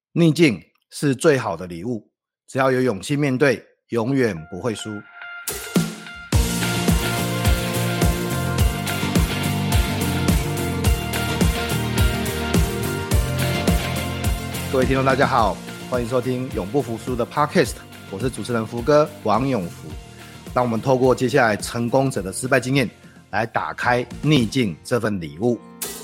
逆境是最好的礼物，只要有勇气面对，永远不会输。各位听众大家好，欢迎收听永不服输的 Podcast， 我是主持人福哥王永福。让我们透过接下来成功者的失败经验，来打开逆境这份礼物。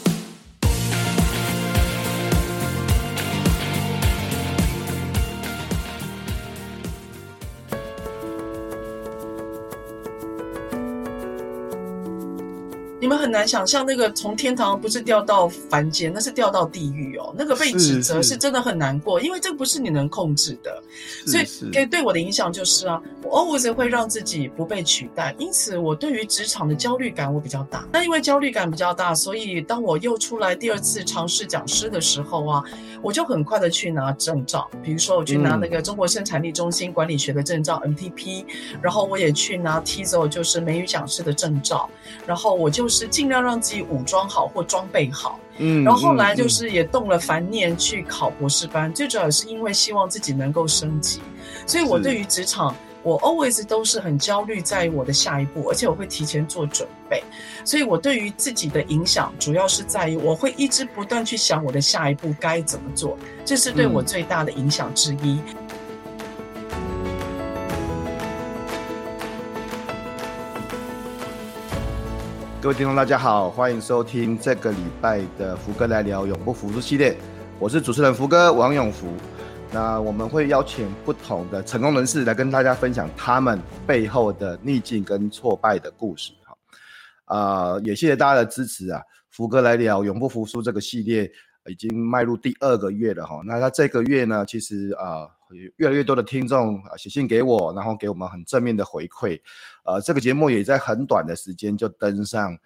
你们很难想象，那个从天堂不是掉到凡间，那是掉到地狱哦。那个被指责是真的很难过，因为这个不是你能控制的。所以对我的影响就是我 always 会让自己不被取代，因此我对于职场的焦虑感我比较大。那因为焦虑感比较大，所以当我又出来第二次尝试讲师的时候我就很快的去拿证照，比如说我去拿那个中国生产力中心管理学的证照 MTP， 然后我也去拿 TESOL 就是美语讲师的证照，然后我就是尽量让自己武装好或装备好。然后后来就是也动了凡念去考博士班，最主要是因为希望自己能够升级。所以我对于职场我 always 都是很焦虑在我的下一步，而且我会提前做准备。所以我对于自己的影响主要是在于我会一直不断去想我的下一步该怎么做，这是对我最大的影响之一。 各位听众大家好，欢迎收听这个礼拜的福哥来聊永不服输系列，我是主持人福哥王永福。那我们会邀请不同的成功人士来跟大家分享他们背后的逆境跟挫败的故事。也谢谢大家的支持福哥来聊永不服输这个系列已经迈入第2个月了那他这个月呢，其实越来越多的听众写信给我，然后给我们很正面的回馈。这个节目也在很短的时间就登上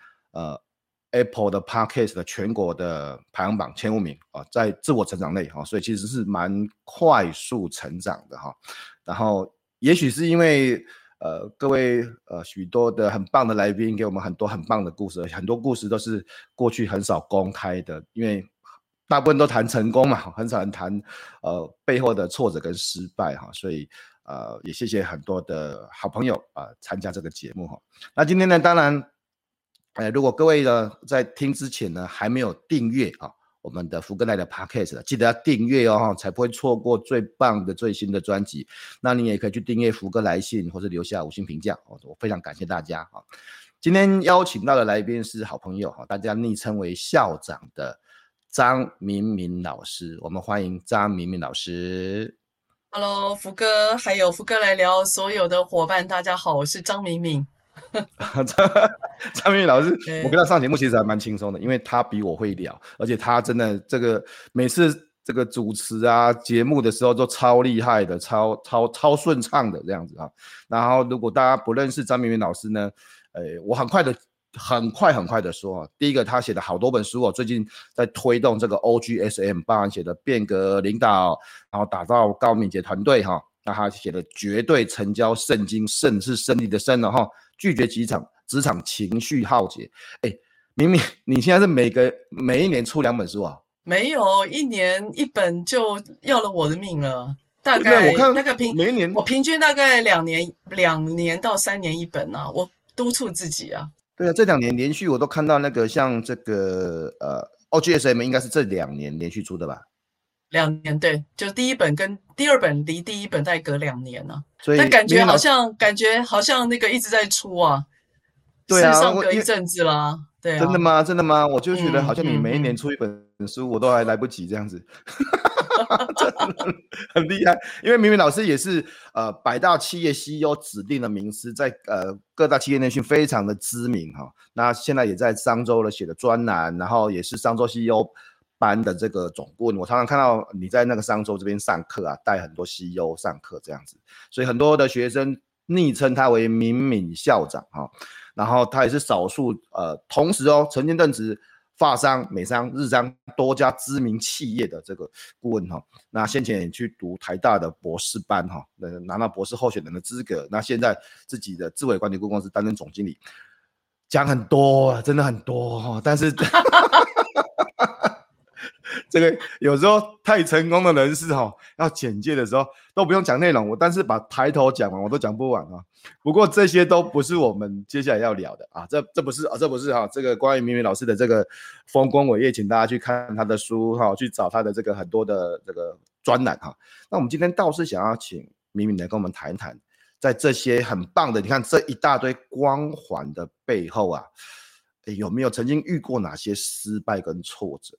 Apple 的 Podcast 的全国的排行榜前5名在自我成长类所以其实是蛮快速成长的然后也许是因为各位许多的很棒的来宾给我们很多很棒的故事，很多故事都是过去很少公开的，因为大部分都谈成功嘛，很少人谈背后的挫折跟失败所以也谢谢很多的好朋友参加这个节目那今天呢，当然如果各位呢在听之前呢还没有订阅我们的福哥来的 Podcast 记得要订阅才不会错过最棒的最新的专辑。那你也可以去订阅福哥来信，或是留下5星评价我非常感谢大家今天邀请到的来宾是好朋友大家昵称为校长的张明明老师，我们欢迎张明明老师。 Hello， 福哥，还有福哥来聊所有的伙伴，大家好，我是张明明。 张明明老师，我跟他上节目其实还蛮轻松的，因为他比我会聊，而且他真的这个每次这个主持节目的时候都超厉害的，超顺畅的这样子然后如果大家不认识张明明老师呢，我很快的说第一个他写了好多本书最近在推动这个 OGSM， 包含写的变革领导，然后打造高敏捷团队那他写的绝对成交圣经，胜是胜利的胜拒绝职场情绪浩劫。明明你现在是每一年出2本书没有，1年1本就要了我的命了。大概那个每一年我平均大概2年到3年1本我督促自己对这2年连续我都看到那个像这个OGSM 应该是这2年连续出的吧 ？2年，对，就第1本跟第2本离第1本再隔2年所以但感觉好像那个一直在出对事实上隔一阵子啦。对真的吗？真的吗？我就觉得好像你每一年出1本书我都还来不及这样子真的很厉害。因为明明老师也是百大企业 CEO 指定的名师，在各大企业内训非常的知名那现在也在商周的写的专栏，然后也是商周 CEO 班的这个总顾问。我常常看到你在那个商周这边上课带很多 CEO 上课这样子，所以很多的学生昵称他为明明校长然后他也是少数同时曾经任职法商、美商、日商多家知名企业的这个顾问那先前也去读台大的博士班拿到博士候选人的资格。那现在自己的智慧管理顾问公司担任总经理，讲很多真的很多但是这个有时候太成功的人士要简介的时候都不用讲内容，我但是把抬头讲完我都讲不完啊。不过这些都不是我们接下来要聊的啊，这不是这个关于明明老师的这个丰功伟业，请大家去看他的书去找他的这个很多的这个专栏那我们今天倒是想要请明明来跟我们谈一谈，在这些很棒的，你看这一大堆光环的背后啊，有没有曾经遇过哪些失败跟挫折？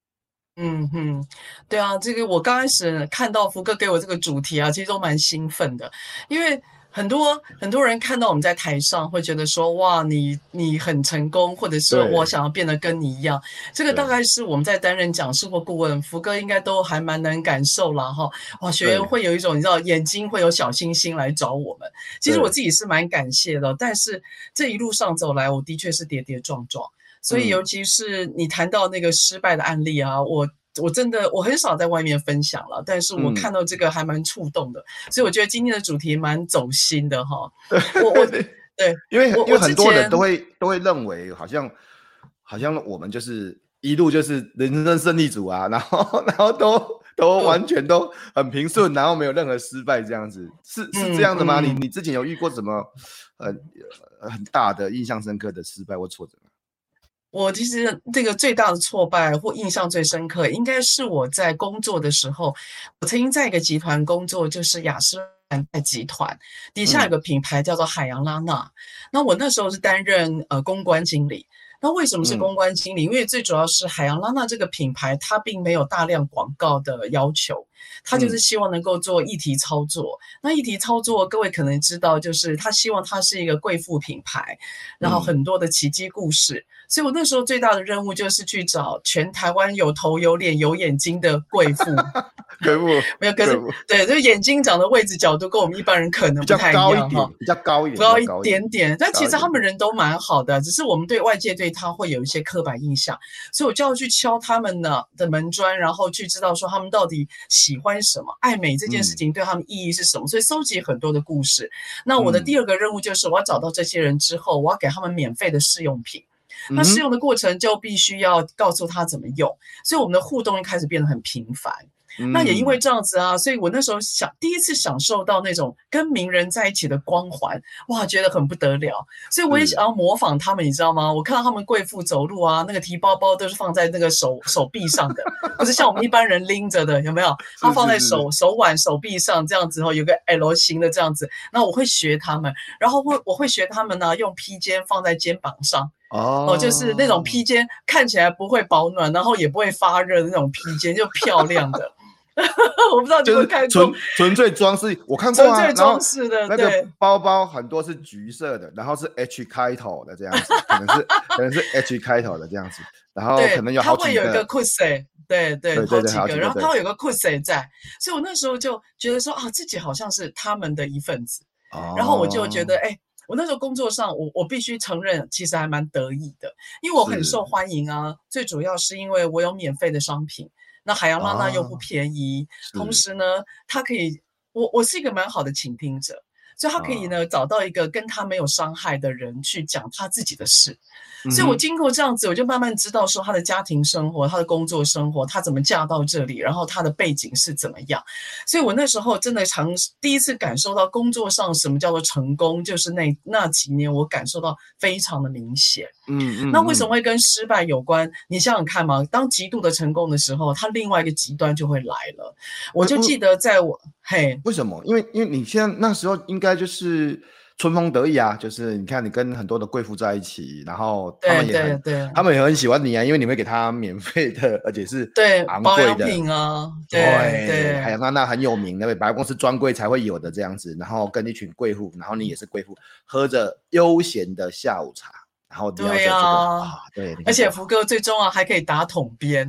对啊，这个我刚开始看到福哥给我这个主题啊，其实都蛮兴奋的，因为很多人看到我们在台上会觉得说，哇，你很成功，或者是我想要变得跟你一样，这个大概是我们在担任讲师或顾问，福哥应该都还蛮能感受啦哈。哇，学员会有一种你知道眼睛会有小星星来找我们，其实我自己是蛮感谢的，但是这一路上走来，我的确是跌跌撞撞。所以尤其是你谈到那个失败的案例啊，我真的我很少在外面分享了，但是我看到这个还蛮触动的，所以我觉得今天的主题蛮走心的哈。对， 因为很多人都会认为好像我们就是一路就是人生胜利组啊，然后都完全都很平顺，然后没有任何失败这样子，是这样的吗？你之前有遇过什么很大的印象深刻的失败或挫折吗？ 我其实这个最大的挫败或印象最深刻，应该是我在工作的时候，我曾经在一个集团工作，就是雅诗兰黛集团底下有个品牌叫做海洋拉娜，那我那时候是担任公关经理。那为什么是公关经理？因为最主要是海洋拉娜这个品牌，它并没有大量广告的要求，它就是希望能够做议题操作。那议题操作，各位可能知道，就是他希望它是一个贵妇品牌，然后很多的奇迹故事。所以我那时候最大的任务就是去找全台湾有头有脸有眼睛的贵妇。 贵妇没有，可是对，就眼睛长的位置角度跟我们一般人可能不太一样哈， 比较高一点点。 但其实他们人都蛮好的，只是我们对外界对他会有一些刻板印象，所以我就要去敲他们的门砖，然后去知道说他们到底喜欢什么，爱美这件事情对他们意义是什么，所以收集很多的故事。那我的第二个任务就是我要找到这些人之后，我要给他们免费的试用品。那试用的过程就必须要告诉他怎么用，所以我们的互动一开始变得很频繁。那也因为这样子啊，所以我那时候第一次享受到那种跟名人在一起的光环，哇，觉得很不得了。所以我也想要模仿他们，你知道吗？我看到他们贵妇走路啊，那个提包包都是放在那个手臂上的，不是像我们一般人拎着的，有没有？他放在手腕、手臂上这样子，有个 L 型的这样子。那我会学他们，然后我会学他们呢，用披肩放在肩膀上。就是那种披肩看起来不会保暖，然后也不会发热的那种披肩，就漂亮的。我不知道你们看过， 纯粹装饰，我看过啊。 纯粹装饰的， 那个包包很多是橘色的，然后是 H 开头的这样子，可能是 H 开头的这样子，然后可能有好几个。它会有一个 cushion， 对，好几个，然后它会有个 cushion 在，所以我那时候就觉得说啊，自己好像是他们的一份子，然后我就觉得我那时候工作上，我必须承认，其实还蛮得意的，因为我很受欢迎啊。最主要是因为我有免费的商品，那海洋拉娜又不便宜，同时呢，它可以，我是一个蛮好的倾听者，所以他可以呢找到一个跟他没有伤害的人去讲他自己的事。所以我经过这样子，我就慢慢知道说他的家庭生活、他的工作生活，他怎么嫁到这里，然后他的背景是怎么样。所以我那时候真的第一次感受到工作上什么叫做成功，就是那几年我感受到非常的明显。那为什么会跟失败有关？你想想看嘛，当极度的成功的时候，他另外一个极端就会来了。我就记得在我为什么？因为你现在那时候应该就是春风得意啊，就是你看你跟很多的贵妇在一起，然后他们也很喜欢你啊，因为你会给他免费的，而且是昂贵的保养品啊，对， 海洋拉娜很有名的，百货公司专柜才会有的这样子，然后跟一群贵妇，然后你也是贵妇，喝着悠闲的下午茶，然后聊着这个对， 而且福哥最重要还可以打桶边，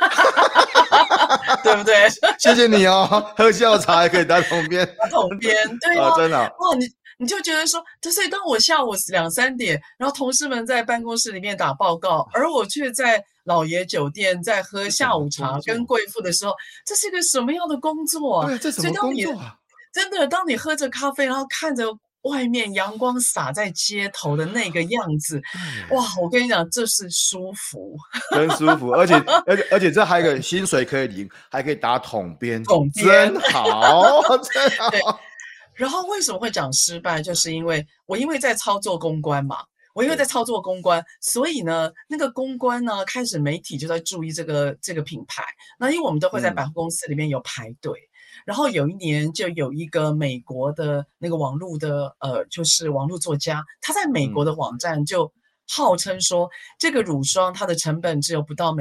对不对？ 谢谢你哦，喝下午茶还可以打桶边， 对啊， 真的哇你就觉得说，所以当我下午2、3点，然后同事们在办公室里面打报告，而我却在老爷酒店在喝下午茶跟贵妇的时候，这是一个什么样的工作啊？ 对，这什么工作啊？ 真的，当你喝着咖啡，然后看着外面阳光洒在街头的那个样子，哇！我跟你讲，这是舒服， 真舒服，而且这还有个薪水可以领，还可以打统编，真好，真好。 对，然后为什么会讲失败，就是因为在操作公关嘛。我因为在操作公关，所以呢，那个公关呢，开始媒体就在注意这个品牌。那因为我们都会在百货公司里面有排队，然后有一年就有一个美国的那个网络的就是网络作家，他在美国的网站就号称说，这个乳霜它的成本只有不到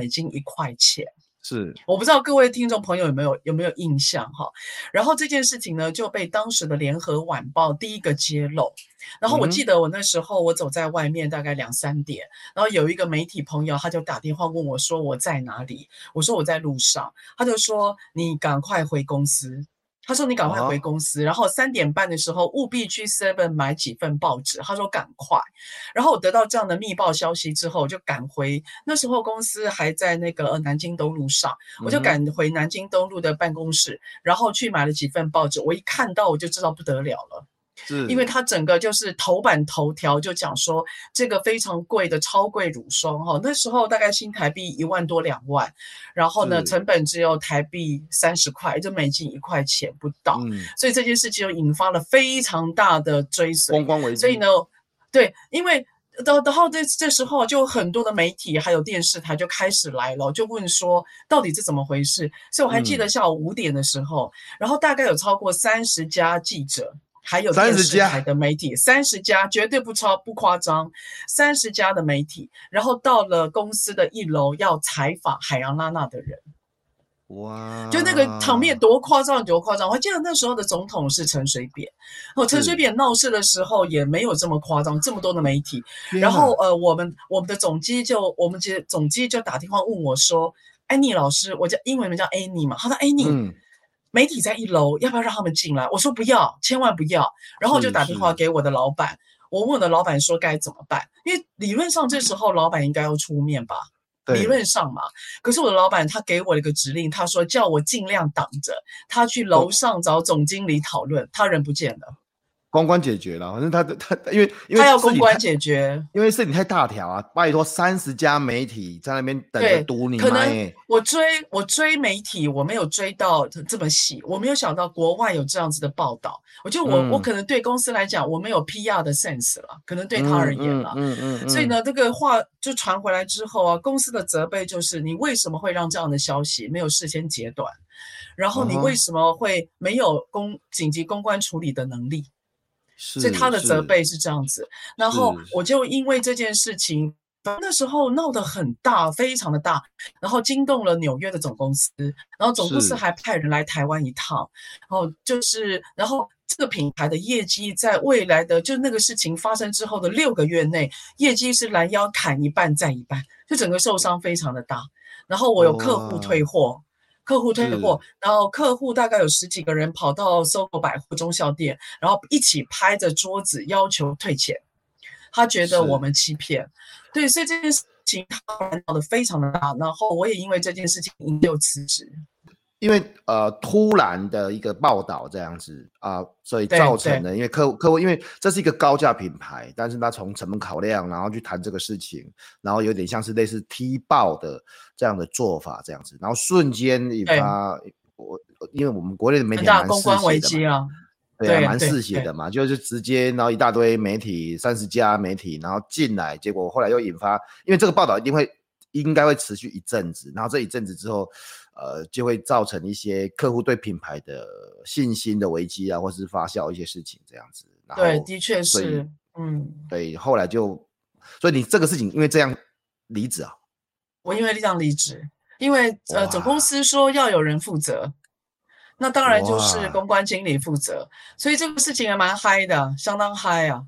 $1。 是， 我不知道各位听众朋友有没有印象哈？然后这件事情呢就被当时的联合晚报第一个揭露。然后我记得我那时候我走在外面大概2-3点，然后有一个媒体朋友他就打电话问我说我在哪里，我说我在路上，他就说你赶快回公司。他说你赶快回公司，然后3点半的时候务必去 7 买几份报纸。他说赶快。然后我得到这样的密报消息之后，我就赶回，那时候公司还在那个南京东路上，我就赶回南京东路的办公室，然后去买了几份报纸。我一看到我就知道不得了了。因为它整个就是头版头条就讲说这个非常贵的超贵乳霜哈，那时候大概新台币1万多2万，然后呢成本只有台币30块，就美金1块钱不到，所以这件事情就引发了非常大的追随， 公关危机。 所以呢，对，因为然后这时候就很多的媒体还有电视台就开始来了，就问说到底是怎么回事。所以我还记得下午5点的时候，然后大概有超过30家记者。还有电视台的媒体，30家绝对不夸张，30家的媒体，然后到了公司的1楼要采访海洋拉娜的人， 哇！ 就那个场面多夸张多夸张！我还记得那时候的总统是陈水扁，陈水扁闹事的时候也没有这么夸张，这么多的媒体。然后我们的总机就打电话问我说：“安妮老师，我叫英文名叫 Annie 嘛？”他说：“安妮。”媒体在1楼，要不要让他们进来？我说不要，千万不要。然后就打电话给我的老板，我问我的老板说该怎么办，因为理论上这时候老板应该要出面吧，理论上嘛。可是我的老板他给我了一个指令，他说叫我尽量挡着，他去楼上找总经理讨论，他人不见了。 公关解决了，反正他因为他要公关解决， 因为事情太大条啊！拜托30家媒体在那边等着堵你。 可能我追媒体，我没有追到这么细，我没有想到国外有这样子的报道。我觉得我可能对公司来讲，我没有 PR 的 sense 了，可能对他而言了。所以呢，这个话就传回来之后啊，公司的责备就是你为什么会让这样的消息没有事先截断，然后你为什么会没有紧急公关处理的能力？所以他的责备是这样子，然后我就因为这件事情，那时候闹得很大，非常的大，然后惊动了纽约的总公司，然后总公司还派人来台湾一趟，然后这个品牌的业绩在未来的就那个事情发生之后的6个月内，业绩是拦腰砍一半再一半，就整个受伤非常的大，然后我有客户退货。然后客户大概有10几个人跑到SOGO百货中校店，然后一起拍着桌子要求退钱，他觉得我们欺骗。对，所以这件事情他闹得非常的大，然后我也因为这件事情引咎辞职。 因为突然的一个报道这样子所以造成了因为客户因为这是一个高价品牌，但是他从成本考量，然后去谈这个事情，然后有点像是类似踢爆的这样的做法这样子，然后瞬间引发因为我们国内的媒体蛮公关危机啊， 对啊，蛮嗜血的嘛，就是直接然后一大堆媒体30家媒体然后进来，结果后来又引发，因为这个报道应该会持续一阵子，然后这一阵子之后就会造成一些客户对品牌的信心的危机啊，或是发酵一些事情这样子。 对，的确是， 对，后来所以你这个事情因为这样离职啊？ 我因为这样离职，因为总公司说要有人负责，那当然就是公关经理负责，所以这个事情还蛮嗨的，相当嗨啊。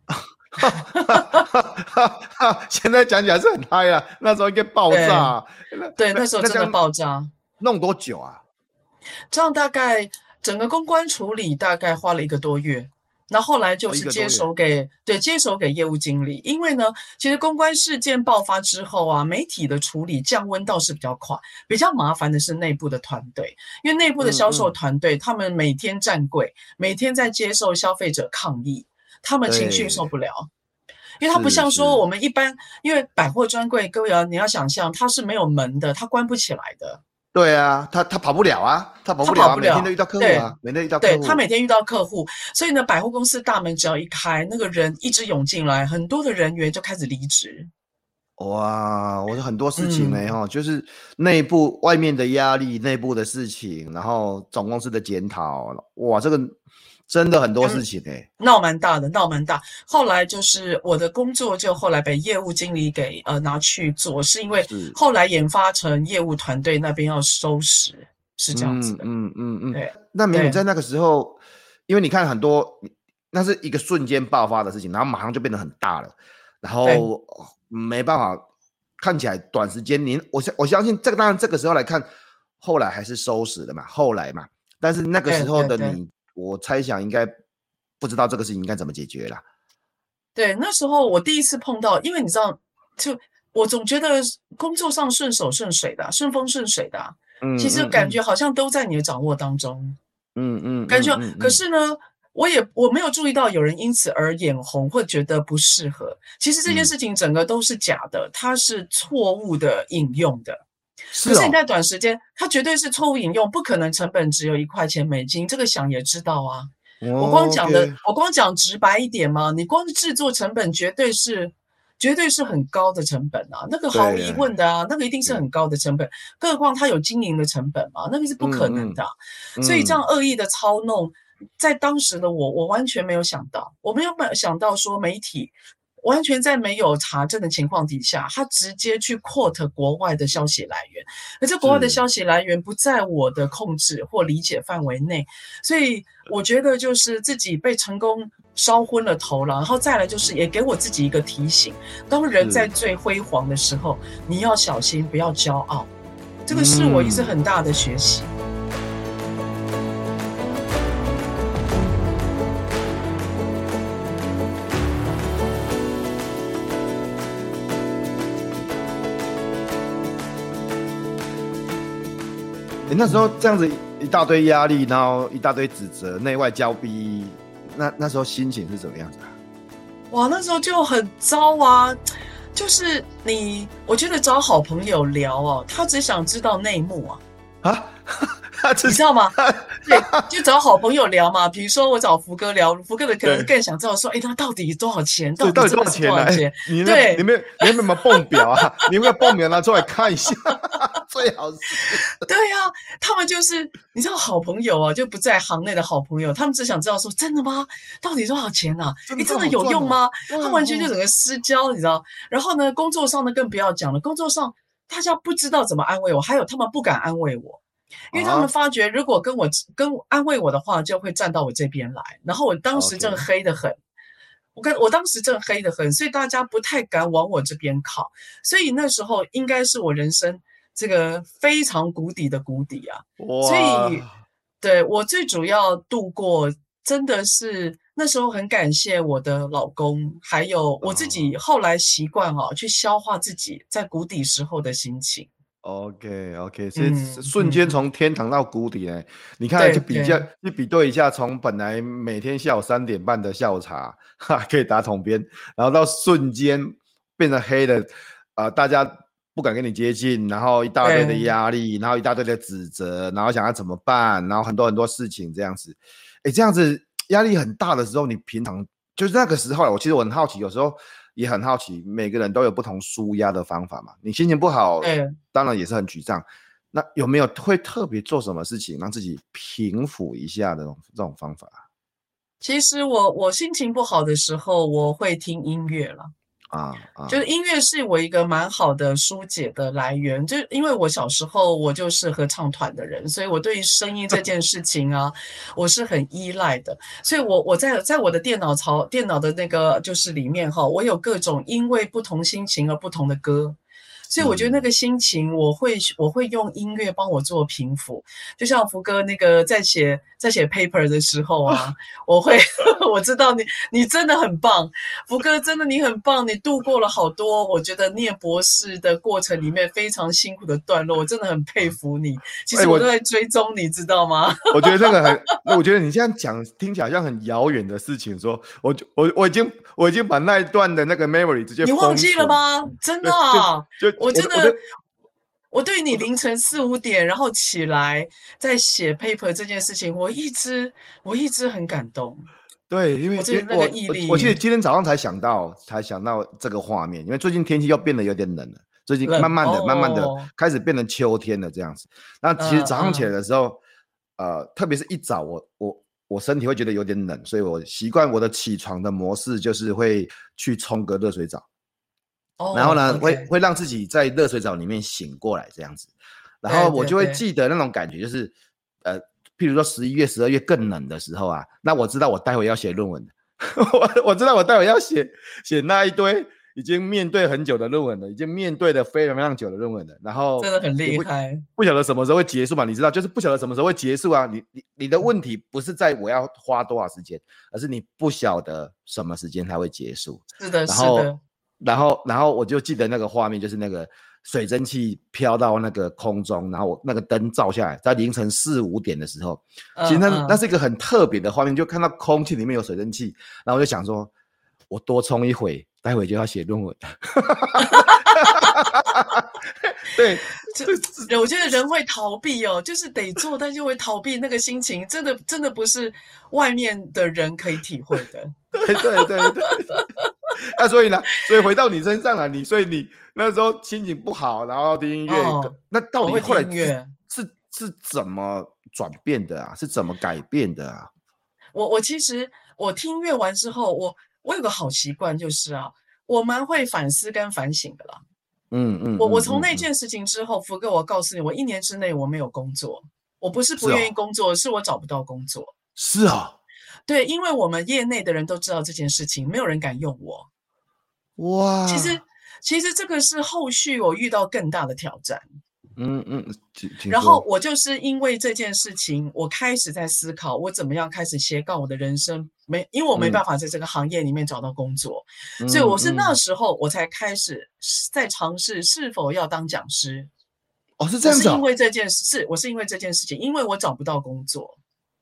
现在讲起来是很嗨啊，那时候应该爆炸。 对，那时候真的爆炸。 弄多久啊？ 这样大概整个公关处理大概花了1个多月，那后来就是接手给业务经理。因为呢，其实公关事件爆发之后啊，媒体的处理降温倒是比较快，比较麻烦的是内部的团队，因为内部的销售团队他们每天站柜，每天在接受消费者抗议。 他们情绪受对， 不了。因为它不像说是是， 我们一般，因为百货专柜，各位啊，你要想象它是没有门的，它关不起来的， 对啊，他跑不了啊，他跑它不了啊， 跑不了。 每天都遇到客户对， 啊，每天遇到对， 客户。 他每天遇到客户，所以呢，百货公司大门只要一开，那个人一直涌进来，很多的人员就开始离职。 哇，我说很多事情呢， 嗯， 哈，就是内部、外面的压力、内部的事情，然后总公司的检讨，哇，这个真的很多事情哎。 闹蛮大的，闹蛮大。后来就是我的工作就后来被业务经理给拿去做，是因为是， 后来研发成业务团队那边要收拾，是这样子嗯的。 嗯嗯嗯。 对那美女对在那个时候，因为你看很多，那是一个瞬间爆发的事情，然后马上就变得很大了，然对后没办法，看起来短时间我相信这个，当然这个时候来看，后来还是收拾了嘛，后来嘛，但是那个时候对对对。 的你，我猜想应该不知道这个事情应该怎么解决啦。 对，那时候我第一次碰到，因为你知道，就我总觉得工作上顺手顺水的啊顺风顺水的啊其嗯实感觉嗯嗯好像都在你的掌握当中。 嗯嗯感觉， 嗯嗯嗯， 可是呢，我没有注意到有人因此而眼红或觉得不适合。其实这件嗯， 事情整个都是假的，它是错误的引用的。可是哦是你在短时间，它绝对是错误引用，不可能成本只有1块钱美金，这个想也知道啊。 ，OK， 我光讲直白一点嘛，你光是制作成本绝对是很高的成本啊，那个毫无疑对问的啊，那个一定是对， 很高的成本，更何况它有经营的成本嘛，那个是不可能嗯的啊。所以这样嗯恶意的操弄，在当时的我完全没有想到，我没有想到说媒体完全在没有查证的情况底下，他直接去 quote 国外的消息来源，而这国外的是， 消息来源不在我的控制或理解范围内，所以我觉得就是自己被成功烧昏了头了，然后再来就是也给我自己一个提醒，当人在是， 最辉煌的时候，你要小心，不要骄傲，这个是我一直嗯。 很大的学习。 你那时候这样子一大堆压力，然后一大堆指责，内外交逼，那时候心情是怎么样子啊？ 哇，那时候就很糟啊！就是我觉得找好朋友聊哦，他只想知道内幕啊。 啊，这是你知道吗？对，就找好朋友聊嘛。比如说我找福哥聊，福哥的可能对， 更想知道说，哎，他到底多少钱？ 所以到底到底真的是多多少钱呢、哎， 少钱？ 你那对， 你有没有报表啊？你有没有报表拿出来看一下？最好是对呀、他们就是你知道好朋友啊，就不在行内的好朋友，他们只想知道说，真的吗？到底多少钱啊？哎， 真的这真的么好赚哦！ 有用吗？他哇哦， 完全就整个私交，你知道？然后呢，工作上呢更不要讲了，工作上大家不知道怎么安慰我，还有他们不敢安慰我。因为他们啊发觉，如果跟安慰我的话，就会站到我这边来。然后我当时正 ，OK， 黑得很，我当时正黑得很，所以大家不太敢往我这边靠。所以那时候应该是我人生这个非常谷底的谷底啊。所以， 哇， 对，我最主要度过真的是那时候很感谢我的老公，还有我自哦己后来习惯去消化自己在谷底时候的心情。 ，OK OK，所以瞬间嗯嗯， 从天堂到谷底呢。你看， 对对。 去比对一下，从本来每天下午3点半的下午茶，可以打统编，然后到瞬间变成黑的，大家不敢跟你接近，然后一大堆的对， 压力，然后一大堆的指责，然后想要怎么办，然后很多很多事情这样子。哎，这样子压力很大的时候，你平常就是那个时候，其实我很好奇，有时候也很好奇，每个人都有不同舒压的方法嘛。你心情不好， 对， 当然也是很沮丧。那有没有会特别做什么事情让自己平复一下的这种方法其实我心情不好的时候，我会听音乐了。 啊啊？ 就是音乐是我一个蛮好的疏解的来源，就因为我小时候我就是合唱团的人，所以我对于声音这件事情啊，我是很依赖的。所以我在我的电脑的那个就是里面哈，我有各种因为不同心情而不同的歌。 所以我觉得那个心情，我会用音乐帮我做平复。就像福哥那个在写 paper 的时候啊，我会我知道你真的很棒，福哥真的你很棒，你度过了好多我觉得念博士的过程里面非常辛苦的段落，我真的很佩服你。其实我都在追踪你，知道吗？ 我觉得这个我觉得你这样讲听起来像很遥远的事情，说我已经把那一段的那个 memory 直接封存。 你忘记了吗？真的啊，我真的。我对你凌晨4、5点然后起来在写 paper 这件事情，我一直很感动。 对，因为那个毅力， 我记得今天早上才想到这个画面，因为最近天气又变得有点冷了，最近慢慢的开始变成秋天了这样子。那其实早上起来的时候，特别是一早我身体会觉得有点冷，所以我习惯我的起床的模式就是会去冲个热水澡。然后呢，会让自己在热水澡里面醒过来这样子，然后我就会记得那种感觉，就是譬如说11月、12月更冷的时候啊，那我知道我待会要写论文的，我知道我待会要写那一堆已经面对很久的论文了，已经面对的非常非常久的论文了，然后真的很厉害， 不晓得什么时候会结束嘛？你知道，就是不晓得什么时候会结束啊。你的问题不是在我要花多少时间，而是你不晓得什么时间才会结束。 是的，是的。 然后我就记得那个画面，就是那个水蒸气飘到那个空中，然后我那个灯照下来，在凌晨4、5点的时候，其实那是一个很特别的画面，就看到空气里面有水蒸气，然后我就想说，我多冲一会，待会就要写论文。对， 我觉得人会逃避哦，就是得做，但就会逃避，那个心情真的不是外面的人可以体会的。 对。那所以回到你身上了，所以你那时候心情不好，然后听音乐，那到底后来是怎么转变的啊？是怎么改变的啊？ 我其实我听音乐完之后，我有个好习惯，就是啊，我蛮会反思跟反省的啦。我从那件事情之后，福哥，我告诉你，我1年之内我没有工作，我不是不愿意工作，是我找不到工作。 是啊。 对，因为我们业内的人都知道这件事情，没有人敢用我。 哇， 其实这个是后续我遇到更大的挑战。 请然后我就是因为这件事情，我开始在思考我怎么样开始斜杠我的人生。因为我没办法在这个行业里面找到工作，所以我是那时候我才开始在尝试是否要当讲师。 哦，是这样子。 我是因为这件事情，因为我找不到工作。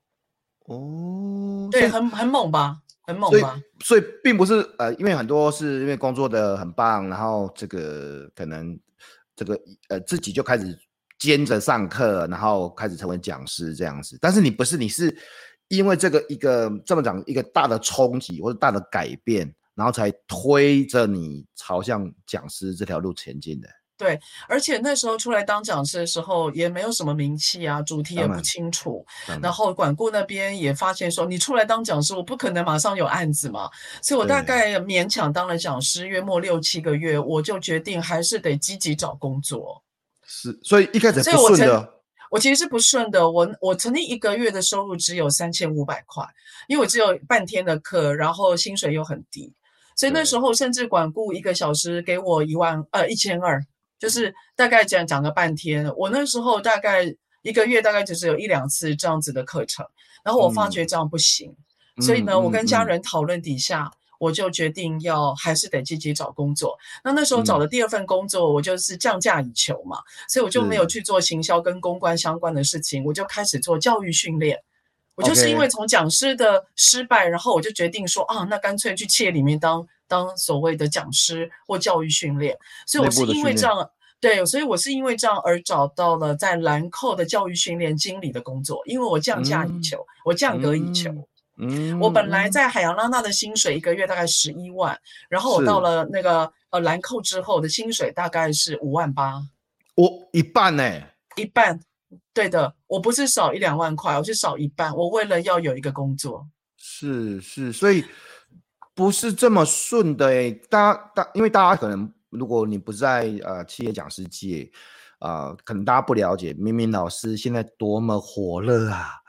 哦， 对，很猛吧，很猛吧。 所以并不是因为很多是因为工作的很棒，然后这个可能这个自己就开始兼着上课，然后开始成为讲师这样子。但是你不是，你是因为这个这么讲一个大的冲击或者大的改变，然后才推着你朝向讲师这条路前进的。 对，而且那时候出来当讲师的时候也没有什么名气啊，主题也不清楚，然后管顾那边也发现说你出来当讲师，我不可能马上有案子嘛，所以我大概勉强当了讲师，约莫6、7个月，我就决定还是得积极找工作。 是，所以一开始不顺的。 我其实是不顺的，我曾经1个月的收入只有3500块，因为我只有半天的课，然后薪水又很低，所以那时候甚至管顾1个小时给我1200。就是大概讲个半天，我那时候大概1个月大概只有1、2次这样子的课程，然后我发觉这样不行，所以呢，我跟家人讨论底下，我就决定还是得积极找工作。那时候找的第2份工作，我就是降价以求嘛，所以我就没有去做行销跟公关相关的事情，我就开始做教育训练。我就是因为从讲师的失败，然后我就决定说那干脆去企业里面当所谓的讲师或教育训练。所以我是因为这样，对，所以我是因为这样而找到了在兰蔻的教育训练经理的工作，因为我降价以求，我降格以求。我本来在海洋拉娜的薪水1个月大概11万，然后我到了那个兰蔻之后的薪水大概是5万8。 一半呢？ 一半。对的，我不是少1、2万块，我是少一半。我为了要有一个工作， 是，所以不是这么顺的因为大家可能，如果你不在企业讲师界，可能大家不了解明明老师现在多么火热啊，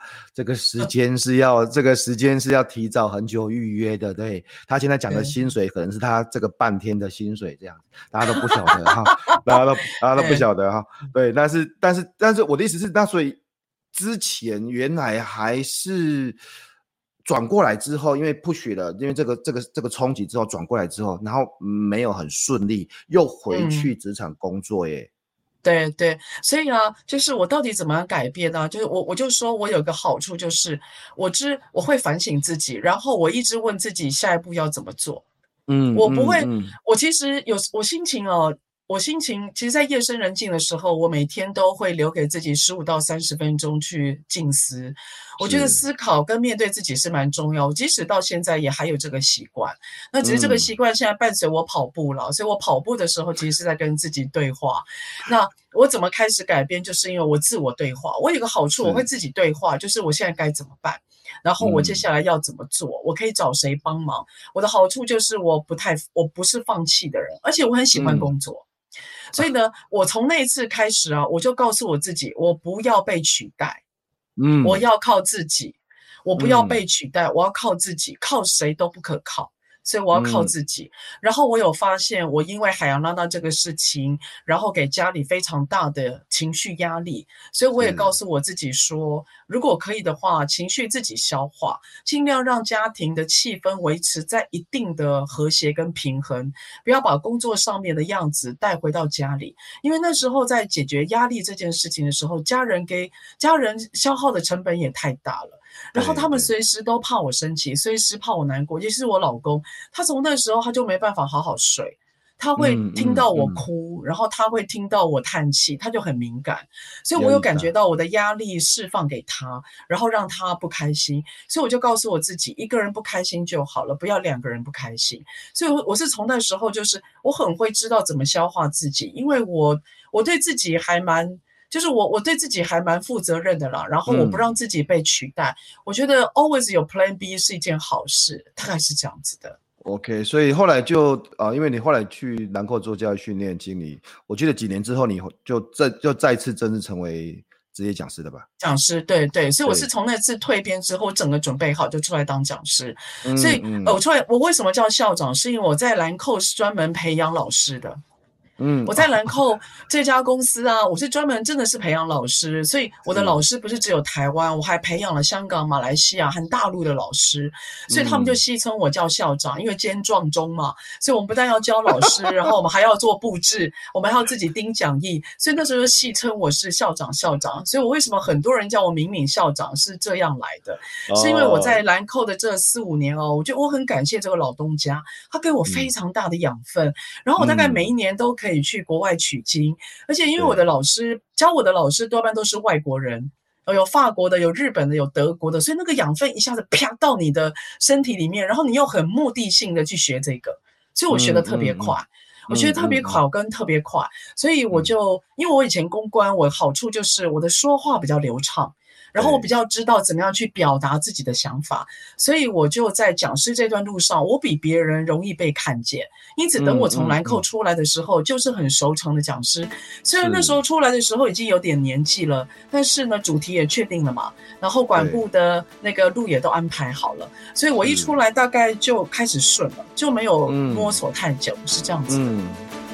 这个时间是要提早很久预约的，对，他现在讲的薪水可能是他这个半天的薪水这样，大家都不晓得哈，大家都不晓得哈，对，但是我的意思是，那所以之前原来还是转过来之后，因为 push 了，因为这个冲击之后转过来之后，然后没有很顺利，又回去职场工作耶。 对对，所以啊，就是我到底怎么样改变呢？就是我就说我有一个好处，就是我会反省自己，然后我一直问自己下一步要怎么做。我不会，我其实我心情其实在夜深人静的时候，我每天都会留给自己15到30分钟去静思。我觉得思考跟面对自己是蛮重要，即使到现在也还有这个习惯。那只是这个习惯现在伴随我跑步了，所以我跑步的时候其实是在跟自己对话。那我怎么开始改变，就是因为我自我对话。我有个好处，我会自己对话，就是我现在该怎么办，然后我接下来要怎么做，我可以找谁帮忙。我的好处就是我不是放弃的人，而且我很喜欢工作。所以呢，我从那一次开始啊，我就告诉我自己，我不要被取代，我要靠自己，我不要被取代，我要靠自己，靠谁都不可靠。所以我要靠自己。然后我有发现，我因为海洋娜娜这个事情，然后给家里非常大的情绪压力，所以我也告诉我自己说，如果可以的话，情绪自己消化，尽量让家庭的气氛维持在一定的和谐跟平衡，不要把工作上面的样子带回到家里。因为那时候在解决压力这件事情的时候，家人消耗的成本也太大了。然后他们随时都怕我生气，随时怕我难过。尤其是我老公，他从那时候他就没办法好好睡，他会听到我哭，然后他会听到我叹气，他就很敏感。所以我有感觉到我的压力释放给他，然后让他不开心。所以我就告诉我自己，一个人不开心就好了，不要2个人不开心。所以我是从那时候就是我很会知道怎么消化自己，因为我对自己还蛮。就是我对自己还蛮负责任的啦，然后我不让自己被取代。我觉得 always 有 Plan B 是一件好事，大概是这样子的。 OK， 所以后来就因为你后来去南扣做教育训练经理，我记得几年之后你就再次正式成为职业讲师的吧？ 讲师，对对，所以我是从那次蜕变之后，整个准备好就出来当讲师。所以我为什么叫校长，是因为我在兰蔻是专门培养老师的。我在兰蔻这家公司啊，我是专门真的是培养老师，所以我的老师不是只有台湾，我还培养了香港、马来西亚和大陆的老师，所以他们就戏称我叫校长，因为兼撞钟嘛，所以我们不但要教老师，然后我们还要做布置，我们还要自己盯讲义，所以那时候就戏称我是校长。所以我为什么很多人叫我敏敏校长是这样来的，是因为我在兰蔻的这4、5年哦，我觉得我很感谢这个老东家，他给我非常大的养分，然后我大概每一年都可以去国外取经，而且因为我的老师教我的老师多半都是外国人，有法国的，有日本的，有德国的，所以那个养分一下子啪到你的身体里面，然后你又很目的性的去学这个，所以我学的特别快。我觉得特别考跟特别快，所以我就因为我以前公关，我好处就是我的说话比较流畅，然后我比较知道怎么样去表达自己的想法，所以我就在讲师这段路上，我比别人容易被看见。因此，等我从兰蔻出来的时候，就是很熟成的讲师。虽然那时候出来的时候已经有点年纪了，但是呢，主题也确定了嘛，然后管部的那个路也都安排好了，所以我一出来大概就开始顺了，就没有摸索太久，是这样子的。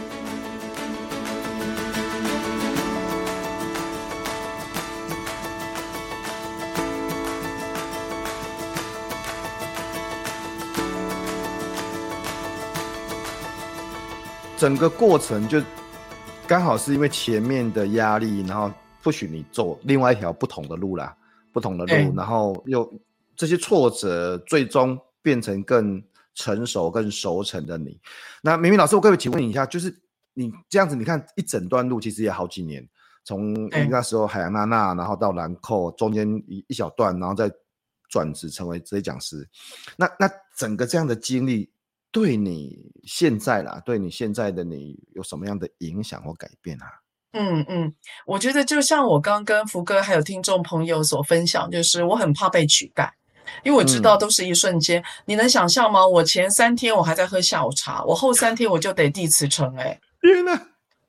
整个过程就刚好是因为前面的压力，然后不许你走另外一条不同的路，然后又这些挫折最终变成更成熟更熟成的你。那明明老师，我可不可以请问你一下，就是你这样子，你看一整段路其实也好几年，从那时候海洋娜娜，然后到兰蔻中间一小段，然后再转职成为职业讲师，那整个这样的经历对你现在的你有什么样的影响或改变啊？ 我觉得就像我刚跟福哥还有听众朋友所分享，就是我很怕被取代，因为我知道都是一瞬间。你能想象吗？我前3天我还在喝下午茶，我后3天我就得递辞呈。 天哪！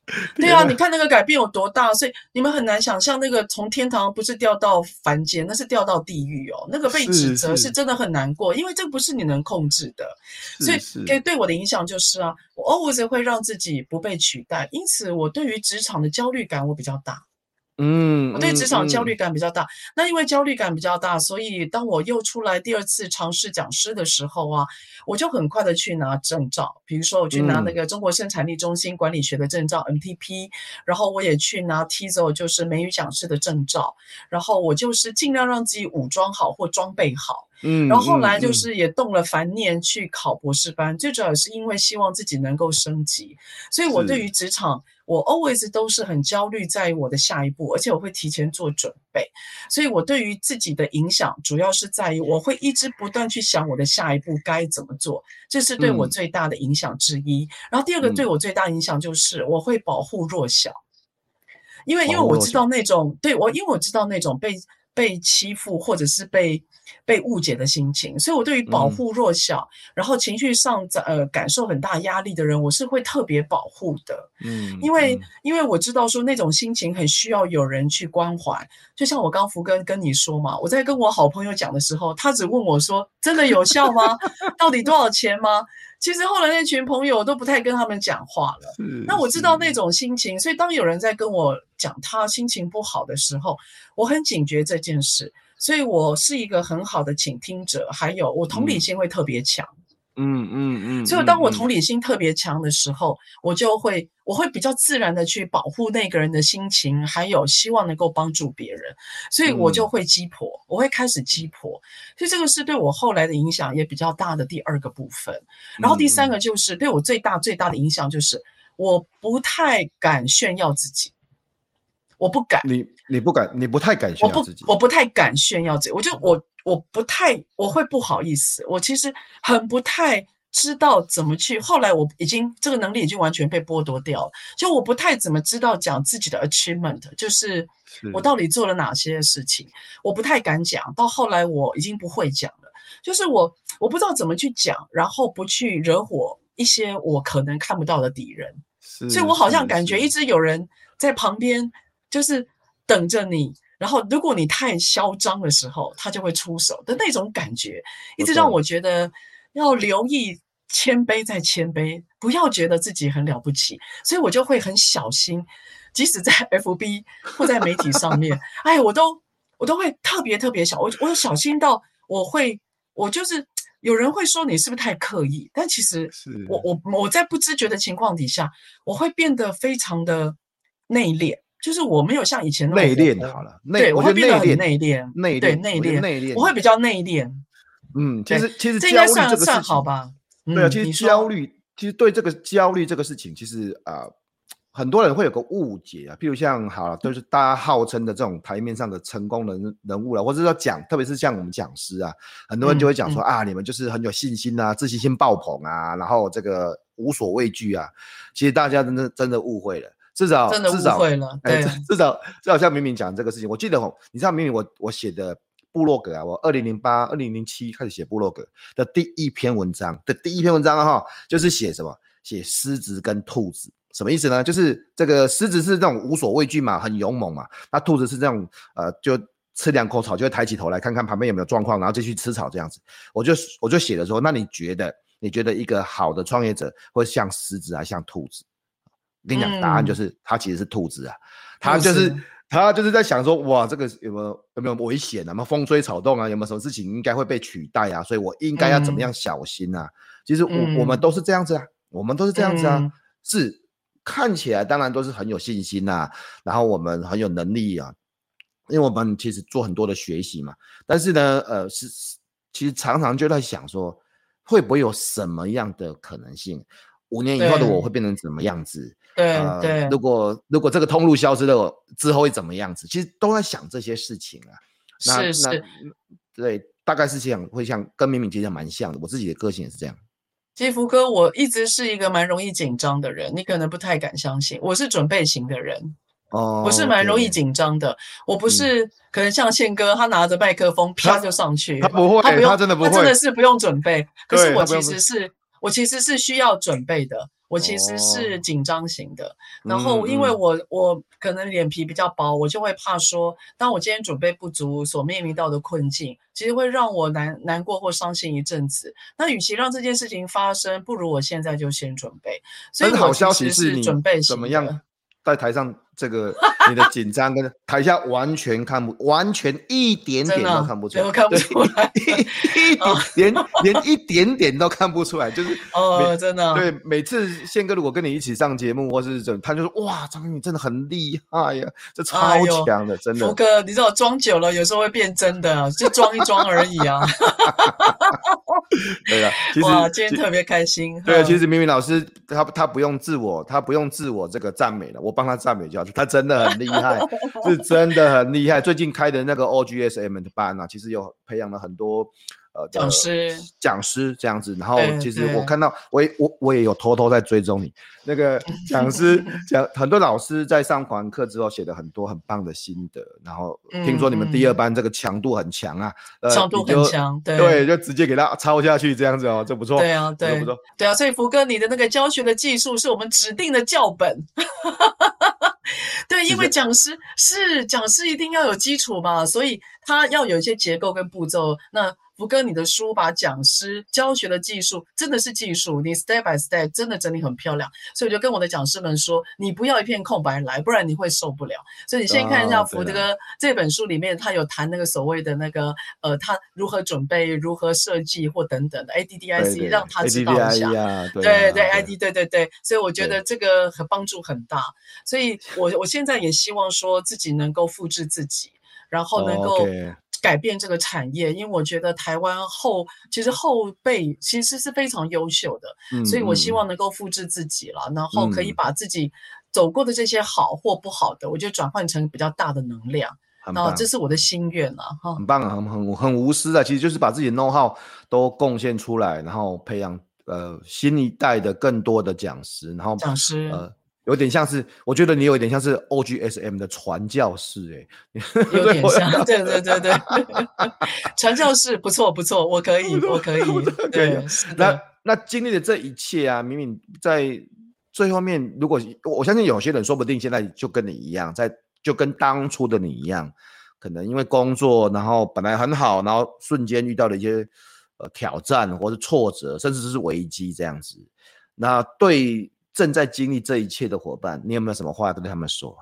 对啊，你看那个改变有多大，所以你们很难想象那个从天堂不是掉到凡间，那是掉到地狱哦。那个被指责是真的很难过，因为这个不是你能控制的。所以对我的影响就是啊，我 always 会让自己不被取代，因此我对于职场的焦虑感我比较大。我对职场焦虑感比较大，那因为焦虑感比较大，所以当我又出来第二次尝试讲师的时候啊，我就很快的去拿证照，比如说我去拿那个中国生产力中心管理学的证照 MTP，然后我也去拿 TESOL 就是美语讲师的证照，然后我就是尽量让自己武装好或装备好。然后后来就是也动了凡念去考博士班，最主要也是因为希望自己能够升级，所以我对于职场我 always 都是很焦虑在我的下一步，而且我会提前做准备，所以我对于自己的影响主要是在于我会一直不断去想我的下一步该怎么做，这是对我最大的影响之一。然后第二个对我最大的影响就是我会保护弱小，因为我知道那种因为我知道那种被欺负或者是被误解的心情，所以我对于保护弱小，然后情绪上感受很大压力的人，我是会特别保护的。因为我知道说那种心情很需要有人去关怀。就像我刚福哥跟你说嘛，我在跟我好朋友讲的时候，他只问我说：“真的有效吗？到底多少钱吗？”其实后来那群朋友都不太跟他们讲话了。那我知道那种心情，所以当有人在跟我讲他心情不好的时候，我很警觉这件事，所以我是一个很好的倾听者，还有我同理心会特别强。所以当我同理心特别强的时候，我会比较自然的去保护那个人的心情，还有希望能够帮助别人，所以我就会鸡婆，我会开始鸡婆，所以这个是对我后来的影响也比较大的第二个部分。然后第三个就是对我最大的影响就是我不太敢炫耀自己，我不敢， 你不太敢炫耀自己， 我不太敢炫耀自己，我会不好意思，我其实很不太知道怎么去。后来我这个能力已经完全被剥夺掉了，就我不太怎么知道讲自己的 achievement， 就是我到底做了哪些事情，我不太敢讲。到后来我已经不会讲了，就是我不知道怎么去讲，然后不去惹火一些我可能看不到的敌人，所以我好像感觉一直有人在旁边，就是等着你。然后，如果你太嚣张的时候，他就会出手的那种感觉，一直让我觉得要留意谦卑再谦卑，不要觉得自己很了不起。所以我就会很小心，即使在 FB 或在媒体上面，我都会特别小。我有小心到我就是有人会说你是不是太刻意，但其实我在不自觉的情况底下，我会变得非常的内敛。就是我没有像以前那么内敛好了， 对，我会变得很内敛， 对， 内敛，我会比较内敛。 其实这应该焦虑这个事情好吧？ 对啊，其实焦虑，其实对这个焦虑这个事情，其实很多人会有个误解啊，譬如像好了，就是大家号称的这种台面上的成功人物了，或者说特别是像我们讲师啊，很多人就会讲说你们就是很有信心啊，自信心爆棚啊，然后这个无所畏惧啊，其实大家真的误会了。至少真的误会了，对， 至少像明明讲这个事情，我记得你知道明明我写的部落格啊，我2008、2007开始写部落格的第一篇文章就是写什么？写狮子跟兔子，什么意思呢？就是这个狮子是这种无所畏惧嘛，很勇猛嘛，那兔子是这种就吃2口草就会抬起头来看看旁边有没有状况，然后继续吃草这样子。我就写了说，那你觉得一个好的创业者会像狮子还是像兔子？我跟你讲，答案就是他其实是兔子啊，他就是在想说，哇，这个有没有危险啊？有没有风吹草动啊？有没有什么事情应该会被取代啊？所以我应该要怎么样小心啊？其实我们都是这样子啊，是看起来当然都是很有信心啊，然后我们很有能力啊，因为我们其实做很多的学习嘛。但是呢，其实常常就在想说，会不会有什么样的可能性？5年以后的我会变成怎么样子？ 对， 如果这个通路消失了之后会怎么样子？其实都在想这些事情啊。 是， 对，大概是这样，会像跟明明其实蛮像的，我自己的个性也是这样。 其实福哥，我一直是一个蛮容易紧张的人，你可能不太敢相信，我是准备型的人。我是蛮容易紧张的，我不是可能像宪哥，他拿着麦克风啪就上去， 他不会，他真的不会， 他真的是不用准备。可是我其实是我其实是需要准备的，我其实是紧张型的。然后因为我可能脸皮比较薄，我就会怕说，当我今天准备不足所面临到的困境，其实会让我难过或伤心一阵子。那与其让这件事情发生，不如我现在就先准备。所以我其实是准备型的。 怎么样在台上这个你的紧张跟台下完全一点点都看不出来， 都看不出来， 连一点点都看不出来，就是真的。 对，每次宪哥如果跟你一起上节目，或是他就说哇，张你真的很厉害呀，这超强的，真的。 福哥，你知道装久了有时候会变真的，就装一装而已啊。 对啊，其实哇，今天特别开心。 对，其实明明老师他不用自我这个赞美了，我帮他赞美就好，他真的很厉害，是真的很厉害。最近开的那个 OGSM 的班啊，其实有培养了很多讲师这样子。然后其实我看到我也有偷偷在追踪你那个讲师很多老师在上完课之后写了很多很棒的心得，然后听说你们第二班这个强度很强啊， 强度很强， 对，就直接给他抄下去这样子哦，这不错。 对啊，对，不错。对啊，所以福哥你的那个教学的技术是我们指定的教本。对，因为讲师一定要有基础嘛，所以他要有一些结构跟步骤。那福哥，你的书把讲师教学的技术真的是技术，你 step by step 真的整理很漂亮，所以我就跟我的讲师们说，你不要一片空白来，不然你会受不了。所以你先看一下福哥这本书里面，他有谈那个所谓的那个他如何准备、如何设计或等等的 ADDIC， 让他知道一下。对 ID， 对，所以我觉得这个帮助很大。所以我现在也希望说自己能够复制自己，然后能够改变这个产业，因为我觉得台湾其实后辈其实是非常优秀的，所以我希望能够复制自己了，然后可以把自己走过的这些好或不好的，我就转换成比较大的能量。这是我的心愿啊， 很棒，很无私的，其实就是把自己的 know how 都贡献出来，然后培养新一代的更多的讲师，然后讲师有点像是，我觉得你有一点像是 OGSM 的传教士， 有点像，对，传教士不错，我可以，对， 那经历了这一切啊，明明在最后面，如果我相信有些人说不定现在就跟你一样，就跟当初的你一样，可能因为工作，然后本来很好，然后瞬间遇到了一些挑战或是挫折，甚至是危机这样子。那对正在经历这一切的伙伴，你有没有什么话要跟他们说？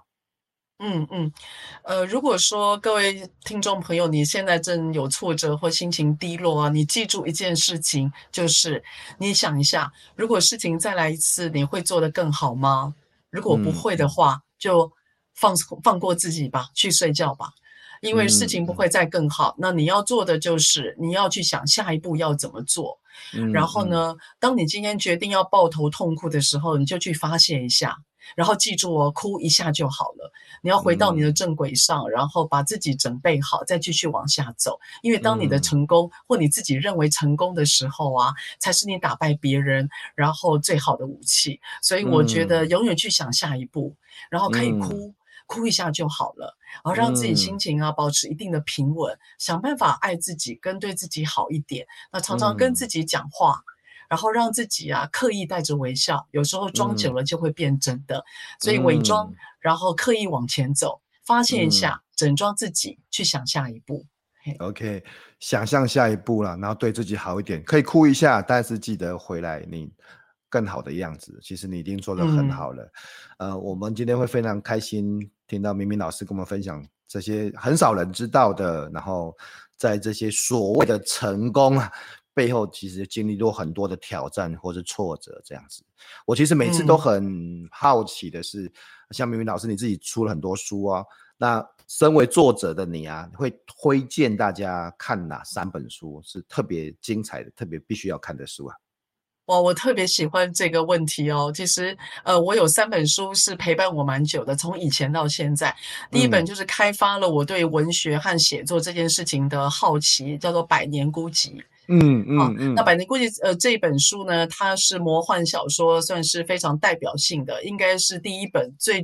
如果说各位听众朋友，你现在正有挫折或心情低落啊，你记住一件事情，就是你想一下，如果事情再来一次，你会做得更好吗？如果不会的话，就放过自己吧，去睡觉吧。因为事情不会再更好，那你要做的就是你要去想下一步要怎么做。然后呢，当你今天决定要抱头痛哭的时候，你就去发泄一下，然后记住哦，哭一下就好了。你要回到你的正轨上，然后把自己准备好，再继续往下走。因为当你的成功或你自己认为成功的时候啊，才是你打败别人然后最好的武器。所以我觉得永远去想下一步，然后可以哭一下就好了，然后让自己心情啊保持一定的平稳，想办法爱自己，跟对自己好一点。那常常跟自己讲话，然后让自己啊刻意带着微笑，有时候装久了就会变真的，所以伪装，然后刻意往前走，发现一下，整装自己，去想下一步。 OK， 想象下一步了，然后对自己好一点，可以哭一下，但是记得回来你更好的样子。其实你已经做得很好了。我们今天会非常开心听到明明老师跟我们分享这些很少人知道的，然后在这些所谓的成功啊背后，其实经历过很多的挑战或是挫折这样子。我其实每次都很好奇的是，像明明老师你自己出了很多书啊，那身为作者的你啊，会推荐大家看哪3本书是特别精彩的、特别必须要看的书啊？ 哇，我特别喜欢这个问题哦。其实，我有3本书是陪伴我蛮久的，从以前到现在。第一本就是开发了我对文学和写作这件事情的好奇，叫做《百年孤寂》。那《百年孤寂》这本书呢，它是魔幻小说，算是非常代表性的，应该是第一本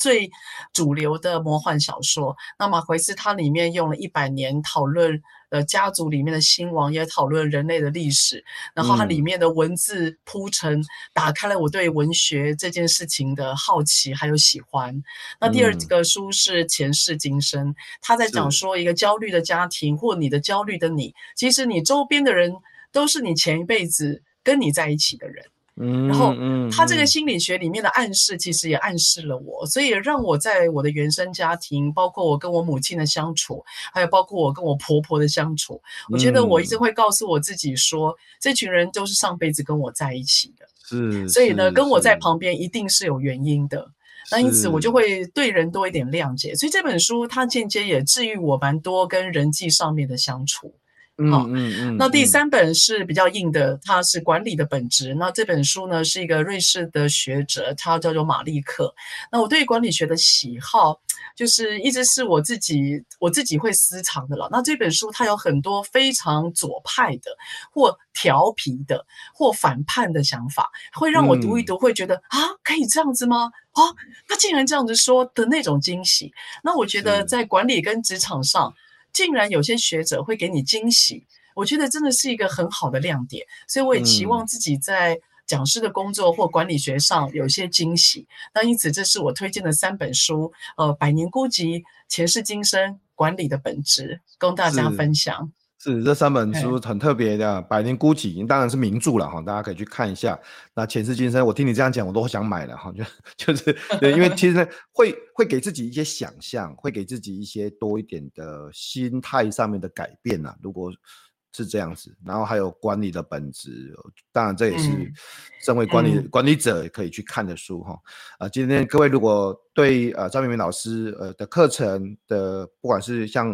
最主流的魔幻小说。那马奎斯它里面用了100年讨论家族里面的兴亡，也讨论人类的历史，然后它里面的文字铺陈打开了我对文学这件事情的好奇还有喜欢。那第二个书是前世今生，他在讲说一个焦虑的家庭或你的焦虑的你，其实你周边的人都是你前一辈子跟你在一起的人。然后他这个心理学里面的暗示其实也暗示了我，所以让我在我的原生家庭，包括我跟我母亲的相处，还有包括我跟我婆婆的相处，我觉得我一直会告诉我自己说，这群人都是上辈子跟我在一起的，所以呢跟我在旁边一定是有原因的。那因此我就会对人多一点谅解，所以这本书它间接也治愈我蛮多跟人际上面的相处。好，那第3本是比较硬的，它是管理的本质。那这本书呢是一个瑞士的学者，他叫做马利克。那我对管理学的喜好，就是一直是我自己会私藏的了。那这本书它有很多非常左派的，或调皮的，或反叛的想法，会让我读一读，会觉得啊，可以这样子吗？啊，他竟然这样子说的那种惊喜。那我觉得在管理跟职场上，竟然有些学者会给你惊喜，我觉得真的是一个很好的亮点，所以我也期望自己在讲师的工作或管理学上有些惊喜。那因此这是我推荐的3本书，百年孤寂、前世今生、管理的本质，供大家分享。 是这3本书很特别的，百年孤寂当然是名著了哈，大家可以去看一下。那前世今生，我听你这样讲，我都想买了哈，就是对，因为其实会给自己一些想象，会给自己一些多一点的心态上面的改变啊。如果是这样子，然后还有管理的本质，当然这也是身为管理者可以去看的书哈。今天各位如果对张明明老师的课程的，不管是像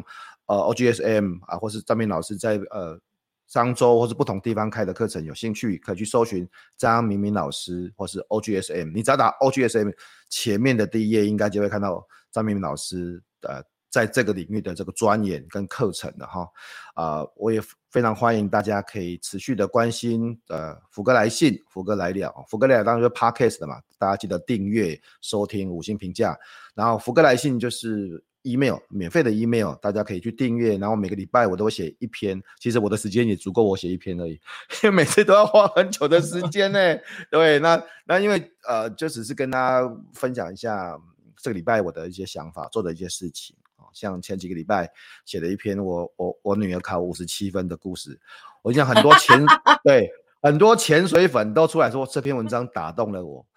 OGSM 啊，或是张明老师在商周或是不同地方开的课程有兴趣，可以去搜寻张明明老师或是 OGSM， 你只要打 OGSM 前面的第一页，应该就会看到张明明老师在这个领域的这个钻研跟课程的哈。我也非常欢迎大家可以持续的关心福哥来信、福哥来了。福哥来了当然就是 Podcast 的嘛，大家记得订阅、收听、5星评价。然后福哥来信就是email， 免费的 email， 大家可以去订阅，然后每个礼拜我都会写1篇，其实我的时间也足够我写1篇而已，因为每次都要花很久的时间呢。对，那因为就只是跟大家分享一下这个礼拜我的一些想法，做的一些事情。像前几个礼拜写了一篇我女儿考57分的故事，我想很多对很多潜水粉都出来说这篇文章打动了我。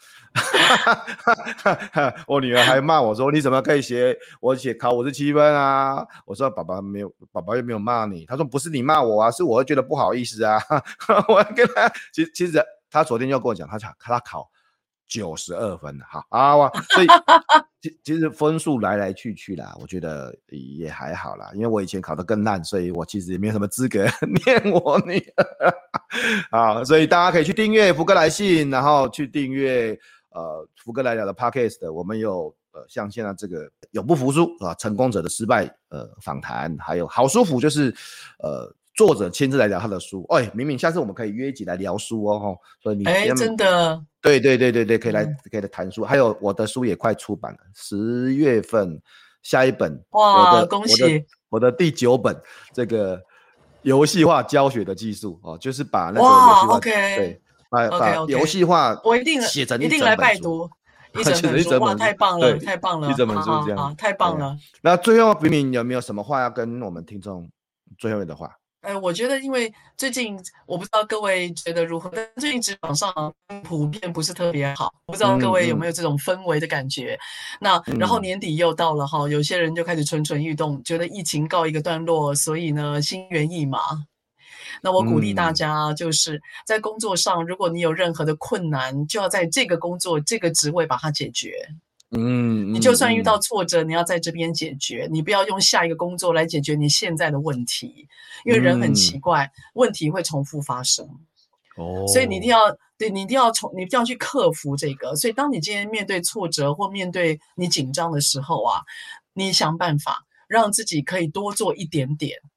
我女儿还骂我说你怎么可以我写考57分啊？我说爸爸又没有骂你。他说不是你骂我啊，是我会觉得不好意思啊。我跟他其实他昨天就跟我讲他考92分，好啊，所以其实分数来来去去啦，我觉得也还好啦，因为我以前考得更烂，所以我其实也没有什么资格念我女儿。好，所以大家可以去订阅福哥来信，然后去订阅福哥来了的 Podcast， 我们有像现在这个永不服输啊，成功者的失败访谈，还有好舒服，就是作者亲自来聊他的书。明明下次我们可以约一起来聊书哦，所以你真的对，可以来谈书。还有我的书也快出版了，10月份下一本， 哇，恭喜我的第9本这个游戏化教学的技术就是把那个游戏化对把游戏化我一定写成一定来拜读一整本书，哇，太棒了，太棒了， 一整本书这样， 太棒了。 那最后明明有没有什么话要跟我们听众最后的话？ 我觉得因为最近我不知道各位觉得如何，但最近职场上普遍不是特别好，不知道各位有没有这种氛围的感觉。那然后年底又到了哈，有些人就开始蠢蠢欲动，觉得疫情告一个段落，所以呢心猿意马。那我鼓励大家就是在工作上，如果你有任何的困难，就要在这个工作这个职位把它解决。你就算遇到挫折，你要在这边解决，你不要用下一个工作来解决你现在的问题，因为人很奇怪，问题会重复发生。所以你一定要去克服这个。所以当你今天面对挫折或面对你紧张的时候啊，你想办法让自己可以多做一点点，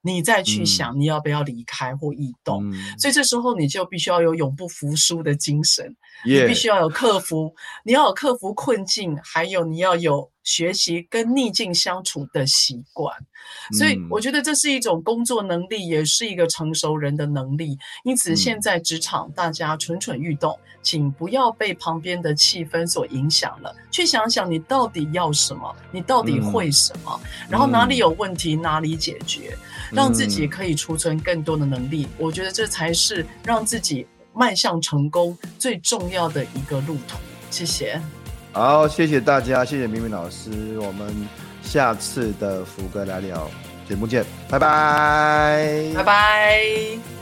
你再去想你要不要离开或异动。所以这时候你就必须要有永不服输的精神，你必须要有你要有克服困境，还有你要有学习跟逆境相处的习惯。所以我觉得这是一种工作能力，也是一个成熟人的能力。因此现在职场大家蠢蠢欲动，请不要被旁边的气氛所影响了，去想想你到底要什么，你到底会什么，然后哪里有问题哪里解决，让自己可以储存更多的能力。我觉得这才是让自己迈向成功最重要的一个路途。谢谢。 好，谢谢大家，谢谢明明老师，我们下次的福哥来聊节目见，拜拜， 拜拜。